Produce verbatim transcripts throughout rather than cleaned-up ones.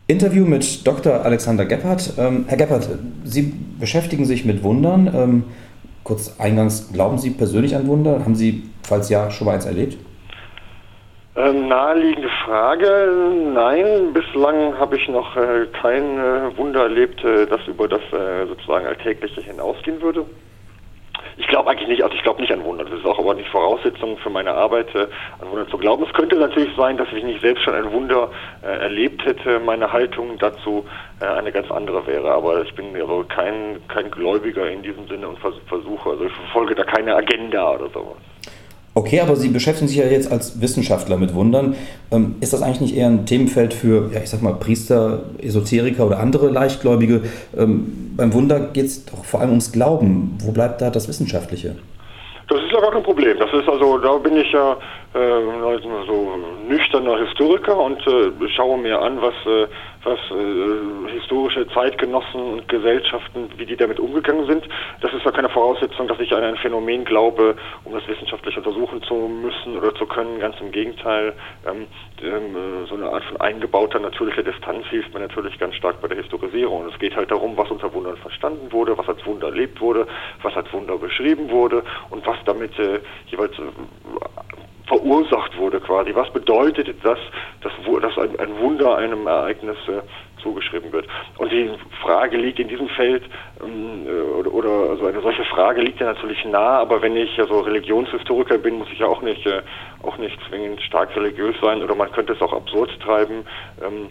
Interview mit Doktor Alexander Gebhardt. Ähm, Herr Gebhardt, Sie beschäftigen sich mit Wundern. Ähm, kurz eingangs, glauben Sie persönlich an Wunder? Haben Sie, falls ja, schon mal eins erlebt? Ähm, naheliegende Frage. Nein, bislang habe ich noch äh, kein äh, Wunder erlebt, äh, das über das äh, sozusagen Alltägliche hinausgehen würde. Ich glaube eigentlich nicht, also ich glaube nicht an Wunder. Das ist auch aber nicht Voraussetzung für meine Arbeit, äh, an Wunder zu glauben. Es könnte natürlich sein, dass ich nicht selbst schon ein Wunder äh, erlebt hätte. Meine Haltung dazu äh, eine ganz andere wäre. Aber ich bin also kein, kein Gläubiger in diesem Sinne und vers- versuche, also ich verfolge da keine Agenda oder sowas. Okay, aber Sie beschäftigen sich ja jetzt als Wissenschaftler mit Wundern. Ähm, ist das eigentlich nicht eher ein Themenfeld für, ja, ich sag mal, Priester, Esoteriker oder andere Leichtgläubige? Ähm, beim Wunder geht es doch vor allem ums Glauben. Wo bleibt da das Wissenschaftliche? Das ist ja gar kein Problem. Das ist also, da bin ich ja äh, so nüchterner Historiker und äh, schaue mir an, was, äh, was äh, historische Zeitgenossen und Gesellschaften, wie die damit umgegangen sind. Das ist ja keine Voraussetzung, dass ich an ein Phänomen glaube, um das wissenschaftlich untersuchen zu müssen oder zu können. Ganz im Gegenteil, ähm, ähm, so eine Art von eingebauter natürlicher Distanz hilft mir natürlich ganz stark bei der Historisierung. Und es geht halt darum, was unter Wundern verstanden wurde, was als Wunder erlebt wurde, was als Wunder beschrieben wurde und was damit äh, jeweils äh, verursacht wurde quasi. Was bedeutet das, dass, dass ein, ein Wunder einem Ereignis äh, zugeschrieben wird? Und die Frage liegt in diesem Feld, ähm, oder, oder also eine solche Frage liegt ja natürlich nah, aber wenn ich also Religionshistoriker bin, muss ich ja auch nicht, äh, auch nicht zwingend stark religiös sein, oder man könnte es auch absurd treiben. Ähm,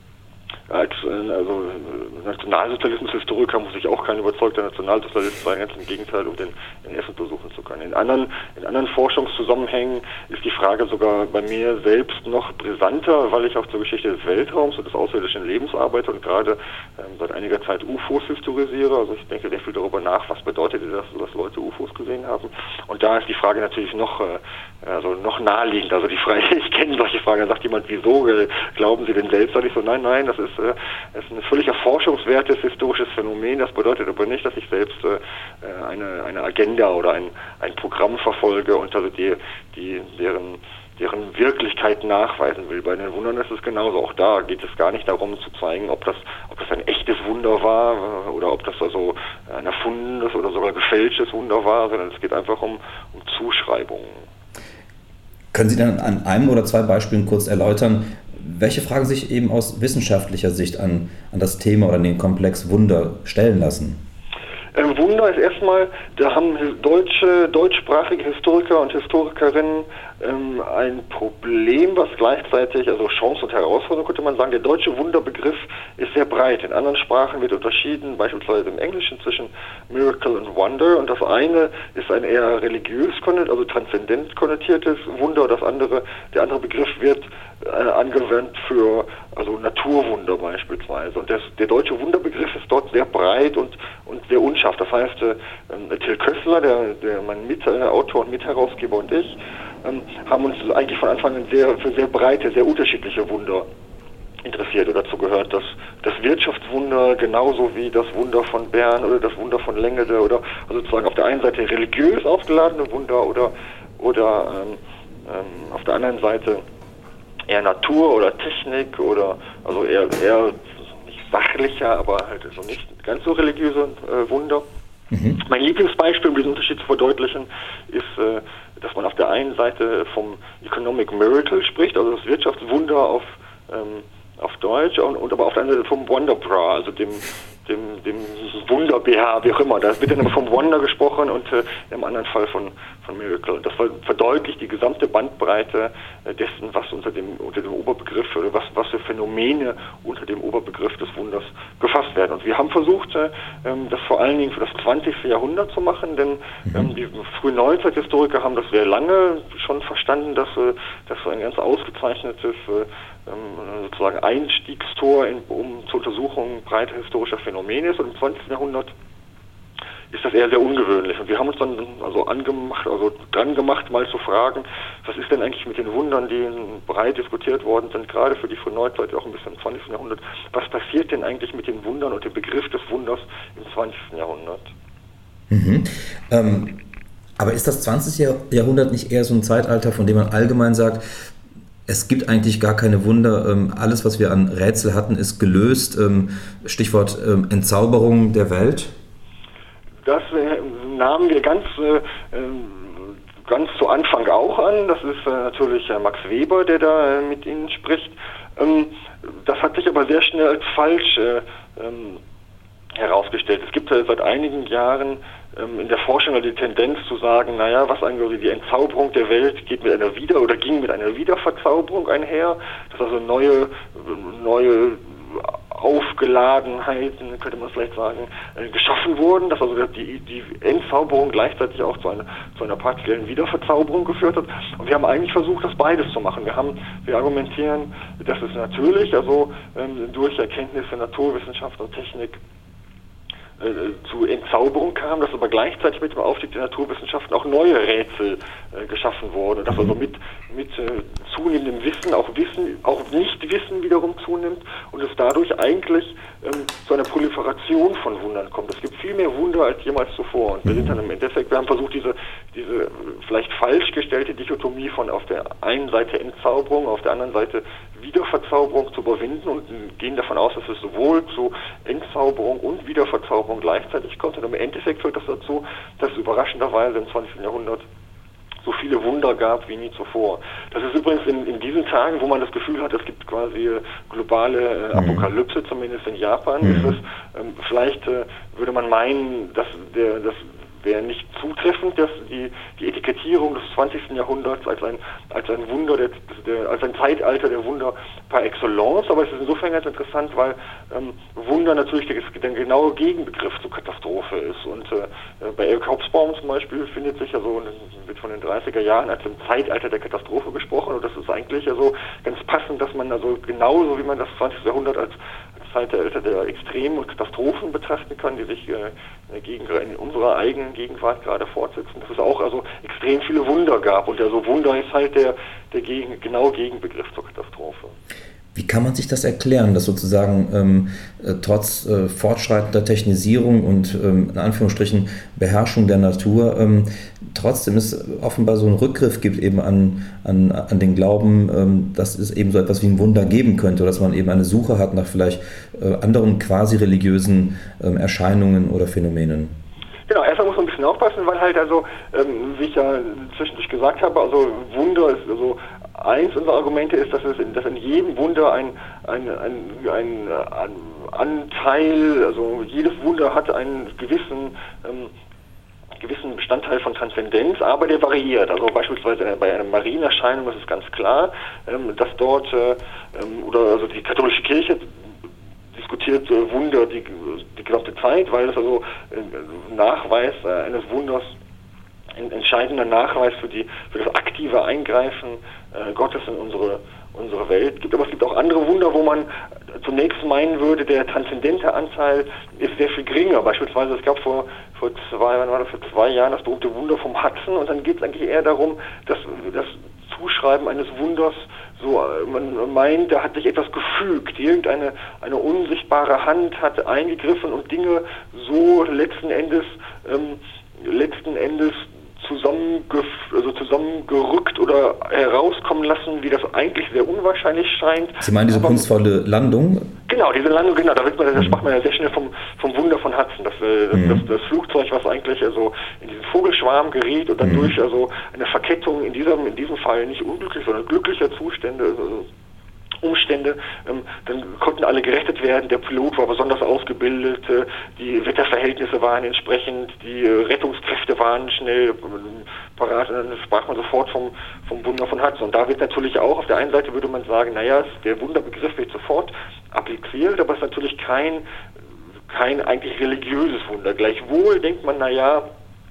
Als also Nationalsozialismus-Historiker muss ich auch kein überzeugter Nationalsozialist sein, ganz im Gegenteil, um den in Essen besuchen zu können. In anderen, in anderen Forschungszusammenhängen ist die Frage sogar bei mir selbst noch brisanter, weil ich auch zur Geschichte des Weltraums und des außerirdischen Lebens arbeite und gerade ähm, seit einiger Zeit U F Os historisiere. Also ich denke sehr viel darüber nach, was bedeutet das, dass Leute U F Os gesehen haben. Und da ist die Frage natürlich noch, äh, also noch naheliegend. Also die Frage, ich kenne solche Fragen, da sagt jemand, wieso glauben Sie denn selbst? Sag ich so, nein, nein, das ist Das ist ein völlig erforschungswertes historisches Phänomen. Das bedeutet aber nicht, dass ich selbst äh, eine, eine Agenda oder ein, ein Programm verfolge und also die, die, deren, deren Wirklichkeit nachweisen will. Bei den Wundern ist es genauso. Auch da geht es gar nicht darum zu zeigen, ob das, ob das ein echtes Wunder war äh, oder ob das also ein erfundenes oder sogar gefälschtes Wunder war, sondern es geht einfach um, um Zuschreibungen. Können Sie dann an einem oder zwei Beispielen kurz erläutern, welche Fragen sich eben aus wissenschaftlicher Sicht an, an das Thema oder an den Komplex Wunder stellen lassen? Ähm, Wunder ist erstmal, da haben deutsche, deutschsprachige Historiker und Historikerinnen ähm, ein Problem, was gleichzeitig, also Chance und Herausforderung könnte man sagen. Der deutsche Wunderbegriff ist sehr breit. In anderen Sprachen wird unterschieden, beispielsweise im Englischen zwischen Miracle und Wonder. Und das eine ist ein eher religiös konnotiert, also transzendent konnotiertes Wunder. Das andere, der andere Begriff wird äh, angewandt für also Naturwunder beispielsweise. Und das, der deutsche Wunderbegriff ist dort sehr breit und, und sehr unscharf. Das heißt, äh, Till Kössler, der, der mein Mitautor und Mitherausgeber und ich, ähm, haben uns eigentlich von Anfang an sehr, für sehr breite, sehr unterschiedliche Wunder interessiert. Oder dazu gehört das, das Wirtschaftswunder genauso wie das Wunder von Bern oder das Wunder von Lengede oder also sozusagen auf der einen Seite religiös aufgeladene Wunder oder, oder ähm, ähm, auf der anderen Seite eher Natur oder Technik oder also eher, eher nicht sachlicher, aber halt so nicht ganz so religiöse äh, Wunder. Mhm. Mein Lieblingsbeispiel, um diesen Unterschied zu verdeutlichen, ist, äh, dass man auf der einen Seite vom Economic Miracle spricht, also das Wirtschaftswunder auf, ähm, auf Deutsch, und, und aber auf der anderen Seite vom Wonder Bra, also dem dem, dem Wunder-B H, wie auch immer. Da wird dann aber vom Wonder gesprochen und äh, im anderen Fall von, von Miracle. Das verdeutlicht die gesamte Bandbreite äh, dessen, was unter dem, unter dem Oberbegriff oder was, was für Phänomene unter dem Oberbegriff des Wunders gefasst werden. Und wir haben versucht, äh, das vor allen Dingen für das zwanzigste Jahrhundert zu machen, denn ähm, die frühen Neuzeithistoriker haben das sehr lange schon verstanden, dass äh, das so ein ganz ausgezeichnetes äh, sozusagen Einstiegstor in, um zur Untersuchung breiter historischer Phänomene ist, und im zwanzigsten Jahrhundert ist das eher sehr ungewöhnlich. Und wir haben uns dann also angemacht, also dran gemacht, mal zu fragen, was ist denn eigentlich mit den Wundern, die breit diskutiert worden sind, gerade für die frühe Neuzeit, auch ein bisschen im zwanzigsten Jahrhundert. Was passiert denn eigentlich mit den Wundern und dem Begriff des Wunders im zwanzigsten Jahrhundert? Mhm. Ähm, aber ist das zwanzigste Jahrhundert nicht eher so ein Zeitalter, von dem man allgemein sagt, Es gibt eigentlich gar keine Wunder. Ähm, alles, was wir an Rätsel hatten, ist gelöst. Ähm, Stichwort ähm, Entzauberung der Welt. Das äh, nahmen wir ganz, äh, ganz zu Anfang auch an. Das ist äh, natürlich äh, Max Weber, der da äh, mit Ihnen spricht. Ähm, das hat sich aber sehr schnell als falsch äh, ähm, herausgestellt. Es gibt äh, seit einigen Jahren ähm, in der Forschung die Tendenz zu sagen, naja, was eigentlich die Entzauberung der Welt geht mit einer Wieder- oder ging mit einer Wiederverzauberung einher, dass also neue, neue Aufgeladenheiten, könnte man vielleicht sagen, äh, geschaffen wurden, dass also die, die Entzauberung gleichzeitig auch zu einer, zu einer partiellen Wiederverzauberung geführt hat. Und wir haben eigentlich versucht, das beides zu machen. Wir haben, wir argumentieren, dass es natürlich, also ähm, durch Erkenntnisse Naturwissenschaft und Technik zu Entzauberung kam, dass aber gleichzeitig mit dem Aufstieg der Naturwissenschaften auch neue Rätsel äh, geschaffen wurden, dass also mit, mit äh, zunehmendem Wissen auch Wissen, auch Nichtwissen wiederum zunimmt und es dadurch eigentlich ähm, zu einer Proliferation von Wundern kommt. Es gibt viel mehr Wunder als jemals zuvor und wir sind dann im Endeffekt, wir haben versucht, diese, diese vielleicht falsch gestellte Dichotomie von auf der einen Seite Entzauberung, auf der anderen Seite Wiederverzauberung zu überwinden und gehen davon aus, dass es sowohl zu Entzauberung und Wiederverzauberung gleichzeitig kommt. Und im Endeffekt führt das dazu, dass es überraschenderweise im zwanzigsten Jahrhundert so viele Wunder gab wie nie zuvor. Das ist übrigens in, in diesen Tagen, wo man das Gefühl hat, es gibt quasi globale äh, Apokalypse, mhm. zumindest in Japan. Mhm. Ist es, ähm, vielleicht äh, würde man meinen, dass der das wäre nicht zutreffend, dass die, die Etikettierung des zwanzigsten Jahrhunderts als ein, als ein Wunder, der, der, als ein Zeitalter der Wunder par excellence, aber es ist insofern ganz interessant, weil ähm, Wunder natürlich der, der genaue Gegenbegriff zur Katastrophe ist. Und äh, bei Eric Hobsbawm zum Beispiel findet sich ja so, wird von den dreißiger Jahren als im Zeitalter der Katastrophe gesprochen und das ist eigentlich ja so ganz passend, dass man also genauso wie man das zwanzigste Jahrhundert als Zeitalter der Extremen und Katastrophen betrachten kann, die sich äh, gegen, in unserer eigenen Gegenwart gerade fortsetzen, dass es auch also extrem viele Wunder gab und also Wunder ist halt der, der gegen, genaue Gegenbegriff zur Katastrophe. Wie kann man sich das erklären, dass sozusagen ähm, äh, trotz äh, fortschreitender Technisierung und ähm, in Anführungsstrichen Beherrschung der Natur ähm, trotzdem es offenbar so einen Rückgriff gibt eben an, an, an den Glauben, ähm, dass es eben so etwas wie ein Wunder geben könnte, oder dass man eben eine Suche hat nach vielleicht äh, anderen quasi religiösen ähm, Erscheinungen oder Phänomenen? Genau, erstmal muss man ein bisschen aufpassen, weil halt also, ähm, wie ich ja zwischendurch gesagt habe, also Wunder ist also eins unserer Argumente ist, dass es in, dass in jedem Wunder ein, ein, ein, ein, ein Anteil, also jedes Wunder hat einen gewissen ähm, gewissen Bestandteil von Transzendenz, aber der variiert. Also beispielsweise bei einer Marienerscheinung ist es ganz klar, ähm, dass dort äh, ähm, oder also die katholische Kirche diskutiert äh, Wunder die, die gesamte Zeit, weil es also äh, Nachweis äh, eines Wunders ein entscheidender Nachweis für die für das aktive Eingreifen äh, Gottes in unsere unsere Welt gibt. Aber es gibt auch andere Wunder, wo man zunächst meinen würde, der transzendente Anteil ist sehr viel geringer. Beispielsweise es gab vor vor zwei wann war das, vor zwei Jahren das berühmte Wunder vom Hudson und dann geht es eigentlich eher darum, dass das Zuschreiben eines Wunders so, man meint, da hat sich etwas gefügt, irgendeine eine unsichtbare Hand hat eingegriffen und Dinge so letzten Endes ähm, letzten Endes zusammengef also zusammengerückt oder herauskommen lassen, wie das eigentlich sehr unwahrscheinlich scheint. Sie meinen diese Aber, kunstvolle Landung? Genau, diese Landung, genau, da, wird man, da mhm. sprach man ja sehr schnell vom, vom Wunder von Hudson, das, das, mhm. das, das Flugzeug, was eigentlich also in diesen Vogelschwarm geriet und dann mhm. durch also eine Verkettung in diesem, in diesem Fall nicht unglücklich, sondern glücklicher Zustände, also Umstände, ähm, dann konnten alle gerettet werden, der Pilot war besonders ausgebildet, äh, die Wetterverhältnisse waren entsprechend, die äh, Rettungskräfte waren schnell äh, parat, und dann sprach man sofort vom, vom Wunder von Hudson. Und da wird natürlich auch, auf der einen Seite würde man sagen, naja, der Wunderbegriff wird sofort appliziert, aber es ist natürlich kein, kein eigentlich religiöses Wunder. Gleichwohl denkt man, naja,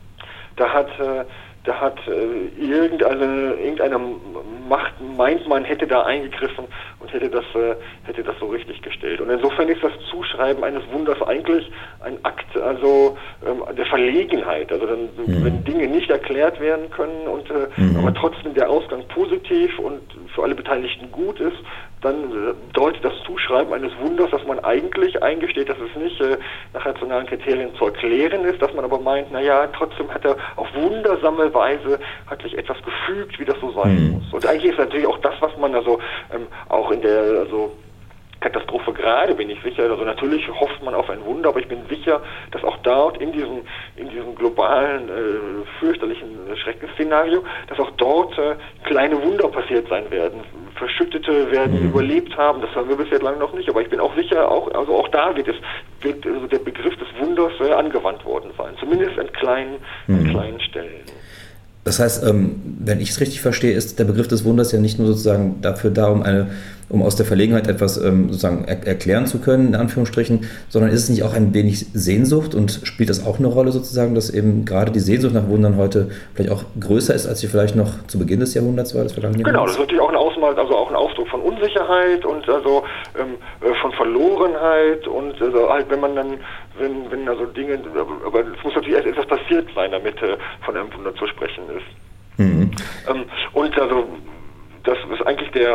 da hat äh, Da hat äh, irgendeine, irgendeine Macht, meint man, hätte da eingegriffen und hätte das, äh, hätte das so richtig gestellt. Und insofern ist das Zuschreiben eines Wunders eigentlich ein Akt also ähm, der Verlegenheit. Also dann, mhm. wenn Dinge nicht erklärt werden können und äh, mhm. aber trotzdem der Ausgang positiv und für alle Beteiligten gut ist, dann äh, deutet das Zuschreiben eines Wunders, dass man eigentlich eingesteht, dass es nicht äh, nach rationalen Kriterien zu erklären ist, dass man aber meint, naja, trotzdem hat er auf wundersame Weise hat sich etwas gefügt fügt, wie das so sein Mhm. muss. Und eigentlich ist natürlich auch das, was man also ähm, auch in der also Katastrophe gerade, bin ich sicher. Also natürlich hofft man auf ein Wunder, aber ich bin sicher, dass auch dort in diesem in diesem globalen, äh, fürchterlichen Schreckensszenario, dass auch dort äh, kleine Wunder passiert sein werden. Verschüttete werden mhm. überlebt haben, das haben wir bisher lange noch nicht, aber ich bin auch sicher, auch also auch da wird es wird also der Begriff des Wunders äh, angewandt worden sein, zumindest an kleinen, mhm. an kleinen Stellen. Das heißt, ähm, wenn ich es richtig verstehe, ist der Begriff des Wunders ja nicht nur sozusagen dafür da, um eine, um aus der Verlegenheit etwas ähm, sozusagen er- erklären zu können, in Anführungsstrichen, sondern ist es nicht auch ein wenig Sehnsucht und spielt das auch eine Rolle sozusagen, dass eben gerade die Sehnsucht nach Wundern heute vielleicht auch größer ist, als sie vielleicht noch zu Beginn des Jahrhunderts war, des vergangenen Genau, Jahrhunderts? das ist natürlich auch ein Ausmal, also auch ein Ausdruck von Unsicherheit und also ähm, von Verlorenheit und also halt, wenn man dann, wenn, wenn also Dinge, aber es muss natürlich erst etwas passiert sein, damit äh, von einem Wunder zu sprechen ist. Mhm. Ähm, und also das ist eigentlich der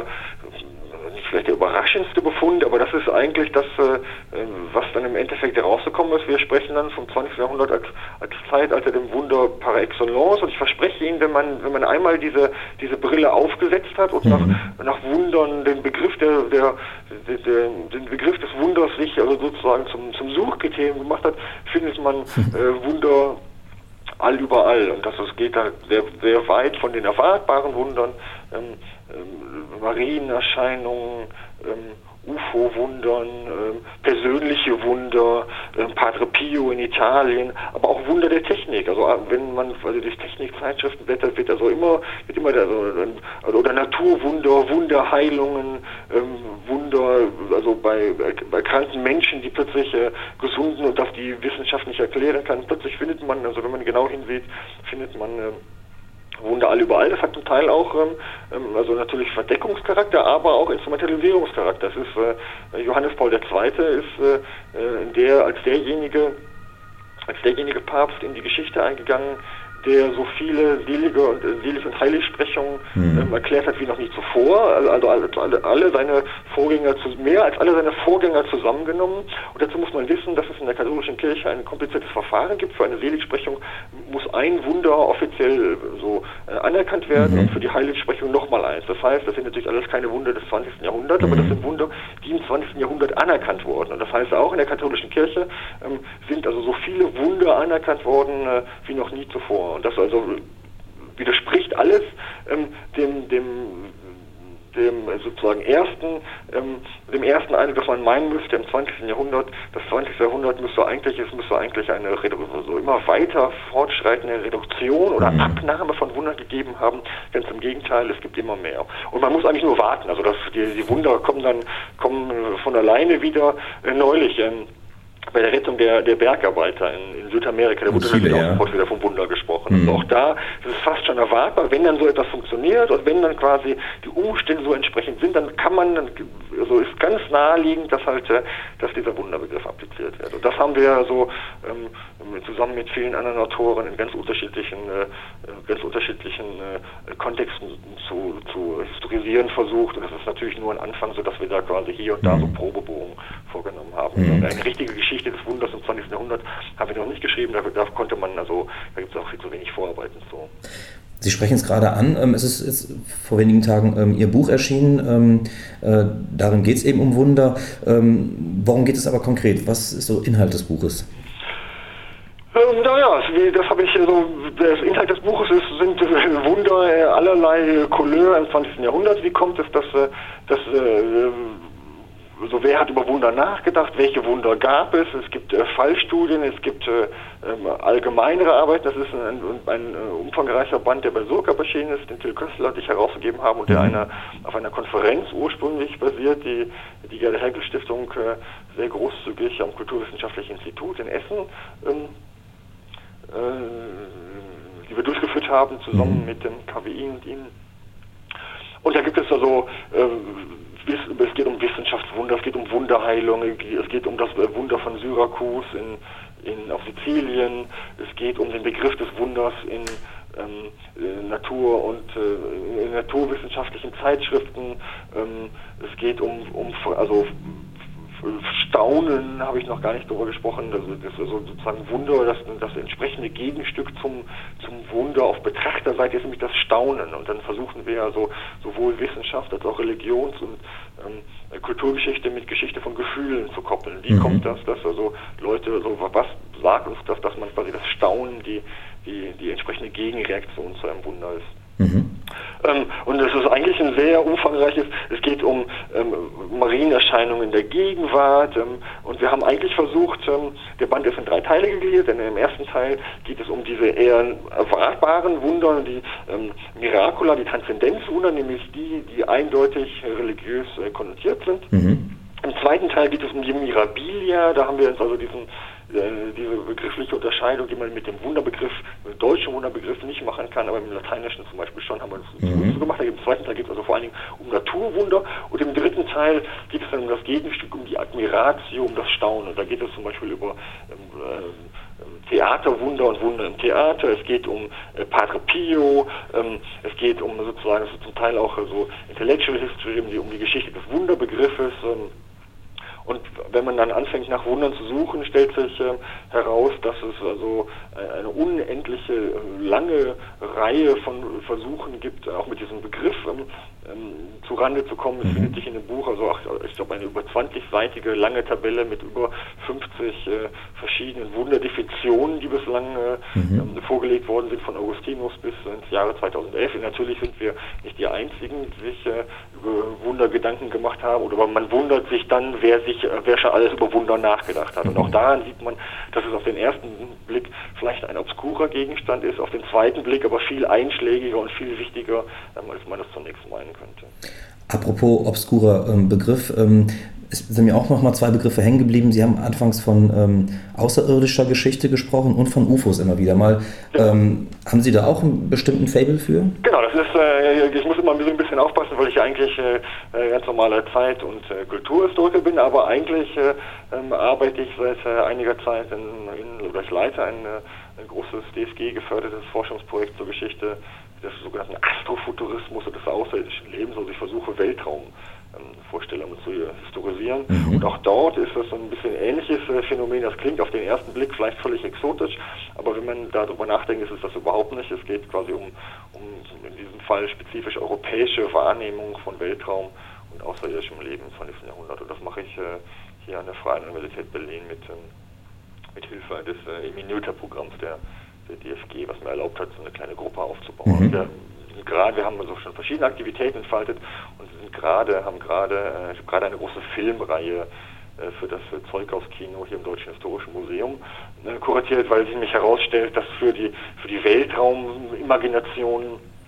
nicht vielleicht der überraschendste Befund, aber das ist eigentlich das, äh, was dann im Endeffekt herausgekommen ist. Wir sprechen dann vom zwanzigsten Jahrhundert als, als Zeitalter dem Wunder par excellence und ich verspreche Ihnen, wenn man wenn man einmal diese diese Brille aufgesetzt hat und mhm. nach, nach Wundern den Begriff der, der, der, der den Begriff des Wunders sich also sozusagen zum, zum Suchkriterium gemacht hat, findet man äh, Wunder all überall und das, das geht da sehr, sehr weit von den erwartbaren Wundern, ähm, ähm, Marienerscheinungen, ähm, U F O-Wundern, ähm, persönliche Wunder, ähm, Padre Pio in Italien, aber auch Wunder der Technik. Also wenn man also durch Technikzeitschriften blättert, wird also immer, wird immer der, also, oder Naturwunder, Wunderheilungen, ähm, Wunder, also bei, bei kranken Menschen, die plötzlich äh, gesunden und das die Wissenschaft nicht erklären kann, plötzlich findet man, also wenn man genau hinsieht, findet man äh, Wunder all überall. Das hat zum Teil auch ähm, also natürlich Verdeckungscharakter, aber auch Instrumentalisierungscharakter. Das ist äh, Johannes Paul der Zweite ist äh, der als derjenige als derjenige Papst in die Geschichte eingegangen, der so viele selige und äh, selig und Heiligsprechungen mhm. ähm, erklärt hat wie noch nie zuvor. Also alle, alle, alle seine Vorgänger, zu, mehr als alle seine Vorgänger zusammengenommen. Und dazu muss man wissen, dass es in der katholischen Kirche ein kompliziertes Verfahren gibt. Für eine Seligsprechung muss ein Wunder offiziell so äh, anerkannt werden mhm. und für die Heiligsprechung nochmal eins. Das heißt, das sind natürlich alles keine Wunder des zwanzigsten Jahrhunderts, mhm. aber das sind Wunder, die im zwanzigsten Jahrhundert anerkannt wurden. Und das heißt, auch in der katholischen Kirche ähm, sind also so viele Wunder anerkannt worden äh, wie noch nie zuvor. Und das also widerspricht alles ähm, dem, dem, dem sozusagen ersten, ähm, dem ersten Eindruck, dass man meinen müsste im zwanzigsten Jahrhundert, das zwanzigste Jahrhundert müsste eigentlich, es müsste eigentlich eine so immer weiter fortschreitende Reduktion oder mhm. Abnahme von Wundern gegeben haben. Ganz im Gegenteil, es gibt immer mehr. Und man muss eigentlich nur warten. Also dass die, die Wunder kommen dann kommen von alleine wieder. Äh, neulich ähm, bei der Rettung der, der Bergarbeiter in, in Südamerika, da wurde dann ja. auch sofort wieder vom Wunder gesprochen. Mhm. Also auch da ist es fast schon erwartbar, wenn dann so etwas funktioniert und wenn dann quasi die Umstände so entsprechend sind, dann kann man, dann, also ist ganz naheliegend, dass halt, dass dieser Wunderbegriff appliziert wird. Und das haben wir so ähm, zusammen mit vielen anderen Autoren in ganz unterschiedlichen, äh, ganz unterschiedlichen äh, Kontexten zu, zu historisieren versucht. Und das ist natürlich nur ein Anfang, so dass wir da quasi hier und da mhm. so Probebogen vorgenommen haben. Mhm. Eine richtige Geschichte des Wunders im zwanzigsten Jahrhundert haben wir noch nicht geschrieben, da, da konnte man, also da gibt es auch viel zu wenig Vorarbeiten zu. Sie sprechen es gerade an, ähm, es ist, ist vor wenigen Tagen ähm, Ihr Buch erschienen, ähm, äh, darin geht es eben um Wunder. Ähm, worum geht es aber konkret? Was ist so Inhalt des Buches? Ähm, naja, das habe ich so, der Inhalt des Buches ist, sind äh, Wunder äh, allerlei Couleur im zwanzigsten Jahrhundert. Wie kommt es, dass, äh, dass äh, so wer hat über Wunder nachgedacht, welche Wunder gab es, es gibt äh, Fallstudien, es gibt äh, ähm, allgemeinere Arbeiten, das ist ein, ein, ein äh, umfangreicher Band, der bei Surkamp erschienen ist, den Till Köstler und ich herausgegeben haben und der mhm. einer, auf einer Konferenz ursprünglich basiert, die die Gerda Henkel Stiftung äh, sehr großzügig am Kulturwissenschaftlichen Institut in Essen ähm, äh, die wir durchgeführt haben, zusammen mhm. mit dem K W I und Ihnen. Und da gibt es also äh, es geht um Wissenschaftswunder, es geht um Wunderheilung, es geht um das Wunder von Syrakus in, in, auf Sizilien, es geht um den Begriff des Wunders in ähm, Natur- und äh, in naturwissenschaftlichen Zeitschriften, ähm, es geht um, um also Staunen habe ich noch gar nicht darüber gesprochen, also das ist also sozusagen Wunder, das, das entsprechende Gegenstück zum, zum Wunder auf Betrachterseite ist nämlich das Staunen, und dann versuchen wir also sowohl Wissenschaft als auch Religions- und ähm, Kulturgeschichte mit Geschichte von Gefühlen zu koppeln. Wie mhm. kommt das, dass also Leute, also was sagt uns das, dass man quasi das Staunen, die, die, die entsprechende Gegenreaktion zu einem Wunder ist. Mhm. Ähm, und es ist eigentlich ein sehr umfangreiches, es geht um ähm, Marienerscheinungen der Gegenwart, ähm, und wir haben eigentlich versucht, ähm, der Band ist in drei Teile gegliedert, denn im ersten Teil geht es um diese eher erwartbaren Wunder, die ähm, Miracula, die Transzendenzwunder, nämlich die, die eindeutig religiös äh, konnotiert sind. Mhm. Im zweiten Teil geht es um die Mirabilia, da haben wir uns also diesen diese begriffliche Unterscheidung, die man mit dem Wunderbegriff, mit dem deutschen Wunderbegriff nicht machen kann, aber im Lateinischen zum Beispiel schon, haben wir das mhm. so gemacht. Im zweiten Teil geht es also vor allen Dingen um Naturwunder, und im dritten Teil geht es dann um das Gegenstück, um die Admiratio, um das Staunen. Da geht es zum Beispiel über ähm, äh, Theaterwunder und Wunder im Theater, es geht um äh, Padre Pio, ähm, es geht um sozusagen, das ist zum Teil auch äh, so Intellectual History, um die, um die Geschichte des Wunderbegriffes. Ähm, Und wenn man dann anfängt, nach Wundern zu suchen, stellt sich äh, heraus, dass es also äh, eine unendliche, äh, lange Reihe von Versuchen gibt, auch mit diesem Begriff ähm, ähm, zu Rande zu kommen. Es mhm. findet sich in dem Buch, also auch, ich glaube, eine über zwanzigseitige lange Tabelle mit über fünfzig äh, verschiedenen Wunderdefinitionen, die bislang äh, mhm. ähm, vorgelegt worden sind, von Augustinus bis ins Jahre zweitausendelf. Und natürlich sind wir nicht die Einzigen, die sich äh, über Wunder Gedanken gemacht haben, oder aber man wundert sich dann, wer sich wer schon alles über Wunder nachgedacht hat. Und auch daran sieht man, dass es auf den ersten Blick vielleicht ein obskurer Gegenstand ist, auf den zweiten Blick aber viel einschlägiger und viel wichtiger, als man das zunächst meinen könnte. Apropos obskurer ähm, Begriff, ähm, es sind mir auch noch mal zwei Begriffe hängen geblieben. Sie haben anfangs von ähm, außerirdischer Geschichte gesprochen und von U F Os immer wieder mal. Ja. Ähm, haben Sie da auch einen bestimmten Faible für? Genau, das ist, äh, ich muss immer ein bisschen aufpassen, weil ich eigentlich äh, ganz normaler Zeit- und äh, Kulturhistoriker bin, aber eigentlich äh, äh, arbeite ich seit äh, einiger Zeit in, in, oder ich leite ein, ein großes D S G-gefördertes Forschungsprojekt zur Geschichte des sogenannten Astrofuturismus und des außerirdischen Lebens. Also ich versuche Weltraum Vorstellungen zu historisieren. Mhm. Und auch dort ist das ein bisschen ähnliches äh, Phänomen. Das klingt auf den ersten Blick vielleicht völlig exotisch, aber wenn man darüber nachdenkt, ist es das überhaupt nicht. Es geht quasi um, um in diesem Fall spezifisch europäische Wahrnehmung von Weltraum und außerirdischem Leben im zwanzigsten Jahrhundert. Und das mache ich äh, hier an der Freien Universität Berlin mit, ähm, mit Hilfe des äh, Minute-Programms der, der D F G, was mir erlaubt hat, so eine kleine Gruppe aufzubauen. Mhm. Der, Gerade, wir haben also schon verschiedene Aktivitäten entfaltet und sind gerade, haben gerade, äh, ich habe gerade eine große Filmreihe äh, für das äh, Zeughaus-Kino hier im Deutschen Historischen Museum äh, kuratiert, weil sich nämlich herausstellt, dass für die, für die Weltraumimagination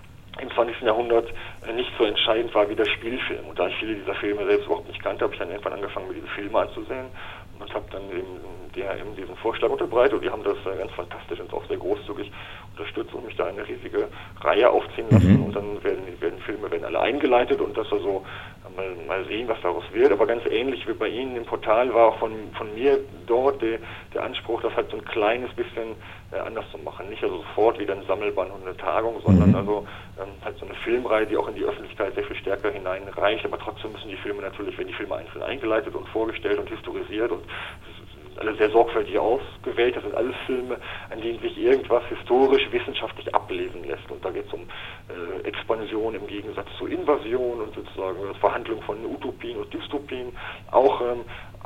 im zwanzigsten Jahrhundert äh, nicht so entscheidend war wie der Spielfilm. Und da ich viele dieser Filme selbst überhaupt nicht kannte, habe ich dann irgendwann angefangen, mir diese Filme anzusehen und habe dann eben D H M diesen Vorschlag unterbreitet, und die haben das äh, ganz fantastisch und auch sehr großzügig unterstützt und mich da eine riesige Reihe aufziehen lassen. Mhm. Und dann werden die werden Filme werden alle eingeleitet, und das also mal, mal sehen, was daraus wird. Aber ganz ähnlich wie bei Ihnen im Portal war auch von, von mir dort der, der Anspruch, das halt so ein kleines bisschen äh, anders zu machen. Nicht also sofort wieder ein Sammelband und eine Tagung, sondern mhm. also ähm, halt so eine Filmreihe, die auch in die Öffentlichkeit sehr viel stärker hineinreicht. Aber trotzdem müssen die Filme natürlich, werden die Filme einzeln eingeleitet und vorgestellt und historisiert, und alle sehr sorgfältig ausgewählt. Das sind alles Filme, an denen sich irgendwas historisch, wissenschaftlich ablesen lässt. Und da geht es um äh, Expansion im Gegensatz zur Invasion und sozusagen Verhandlung von Utopien und Dystopien. Auch, ähm,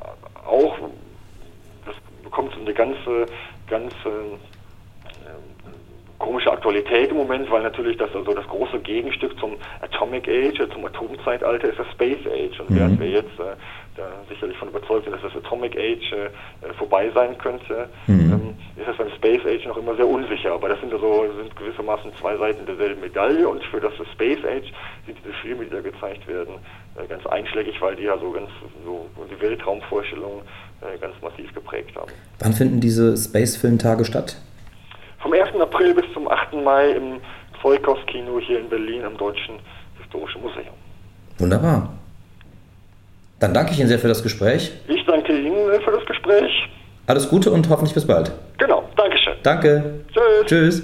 auch das bekommt so eine ganze, ganze äh, komische Aktualität im Moment, weil natürlich das also das große Gegenstück zum Atomic Age, zum Atomzeitalter ist das Space Age. Und mhm. während wir jetzt äh, da sicherlich von überzeugt sind, dass das Atomic Age äh, vorbei sein könnte, mhm. ähm, ist das beim Space Age noch immer sehr unsicher. Aber das sind also sind gewissermaßen zwei Seiten derselben Medaille, und für das Space Age sind diese Filme, die da gezeigt werden, äh, ganz einschlägig, weil die ja so ganz so die Weltraumvorstellung äh, ganz massiv geprägt haben. Wann finden diese Space-Filmtage statt? Vom ersten April bis zum achten Mai im Zeughaus-Kino hier in Berlin am Deutschen Historischen Museum. Wunderbar. Dann danke ich Ihnen sehr für das Gespräch. Ich danke Ihnen für das Gespräch. Alles Gute und hoffentlich bis bald. Genau, Dankeschön. Danke. Tschüss. Tschüss.